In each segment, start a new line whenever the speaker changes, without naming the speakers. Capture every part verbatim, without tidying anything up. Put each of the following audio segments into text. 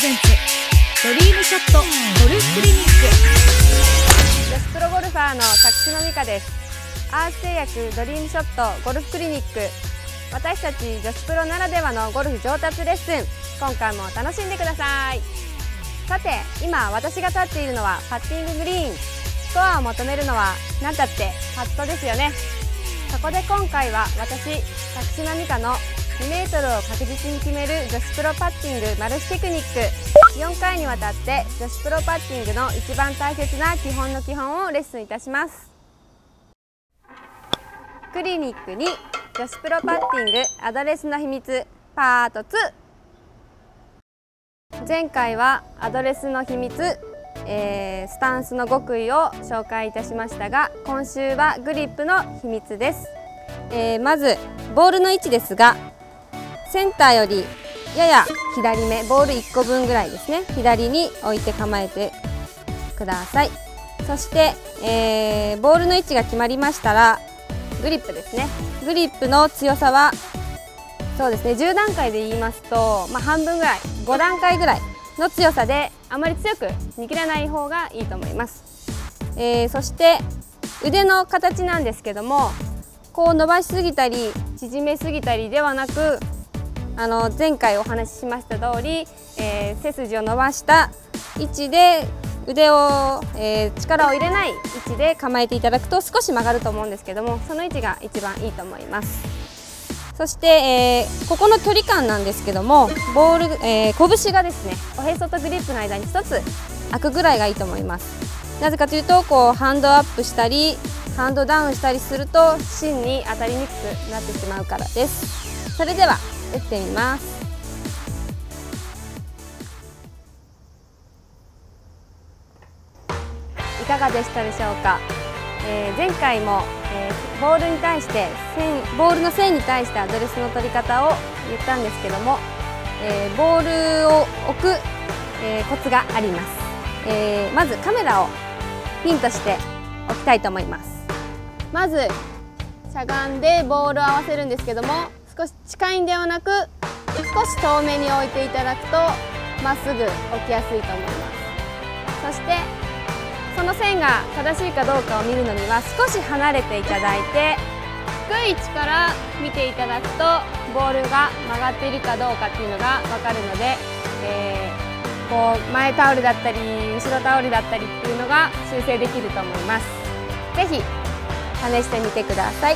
ゼンツドリームショットゴルフクリニック。
女子プロゴルファーの作詞の美香です。アース製薬ドリームショットゴルフクリニック、私たち女子プロならではのゴルフ上達レッスン、今回も楽しんでください。さて、今私が立っているのはパッティンググリーン。スコアを求めるのは何だってパットですよね。そこで今回は私作詞の美香のにメートルを確実に決める女子プロパッティングマルチテクニック、よんかいにわたって女子プロパッティングの一番大切な基本の基本をレッスンいたします。クリニックに女子プロパッティングアドレスの秘密パートツー。前回はアドレスの秘密、えー、スタンスの極意を紹介いたしましたが、今週はグリップの秘密です。えー、まずボールの位置ですが、センターよりやや左目、ボールいっこぶんぐらいですね、左に置いて構えてください。そして、えー、ボールの位置が決まりましたらグリップですね。グリップの強さはそうですね、じゅうだんかいで言いますと、まあ、半分ぐらい、ごだんかいぐらいの強さで、あまり強く握らない方がいいと思います。えー、そして腕の形なんですけども、こう伸ばしすぎたり縮めすぎたりではなく、あの前回お話ししました通り、えー、背筋を伸ばした位置で腕を、えー、力を入れない位置で構えていただくと少し曲がると思うんですけども、その位置が一番いいと思います。そして、えー、ここの距離感なんですけども、ボール、えー、拳がですね、おへそとグリップの間にひとつ空くぐらいがいいと思います。なぜかというと、こうハンドアップしたりハンドダウンしたりすると芯に当たりにくくなってしまうからです。それでは打ってみます。いかがでしたでしょうか。えー、前回も、えー、ボールに対して線ボールの線に対してアドレスの取り方を言ったんですけども、えー、ボールを置く、えー、コツがあります。えー、まずカメラをピンとして置きたいと思います。まずしゃがんでボールを合わせるんですけども、少し近いんではなく少し遠めに置いていただくとまっすぐ置きやすいと思います。そしてその線が正しいかどうかを見るのには少し離れていただいて、低い位置から見ていただくとボールが曲がっているかどうかっていうのが分かるので、えー、こう前タオルだったり後ろタオルだったりっていうのが修正できると思います。ぜひ試してみてください。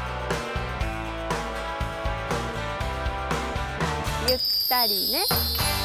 ゆったりね。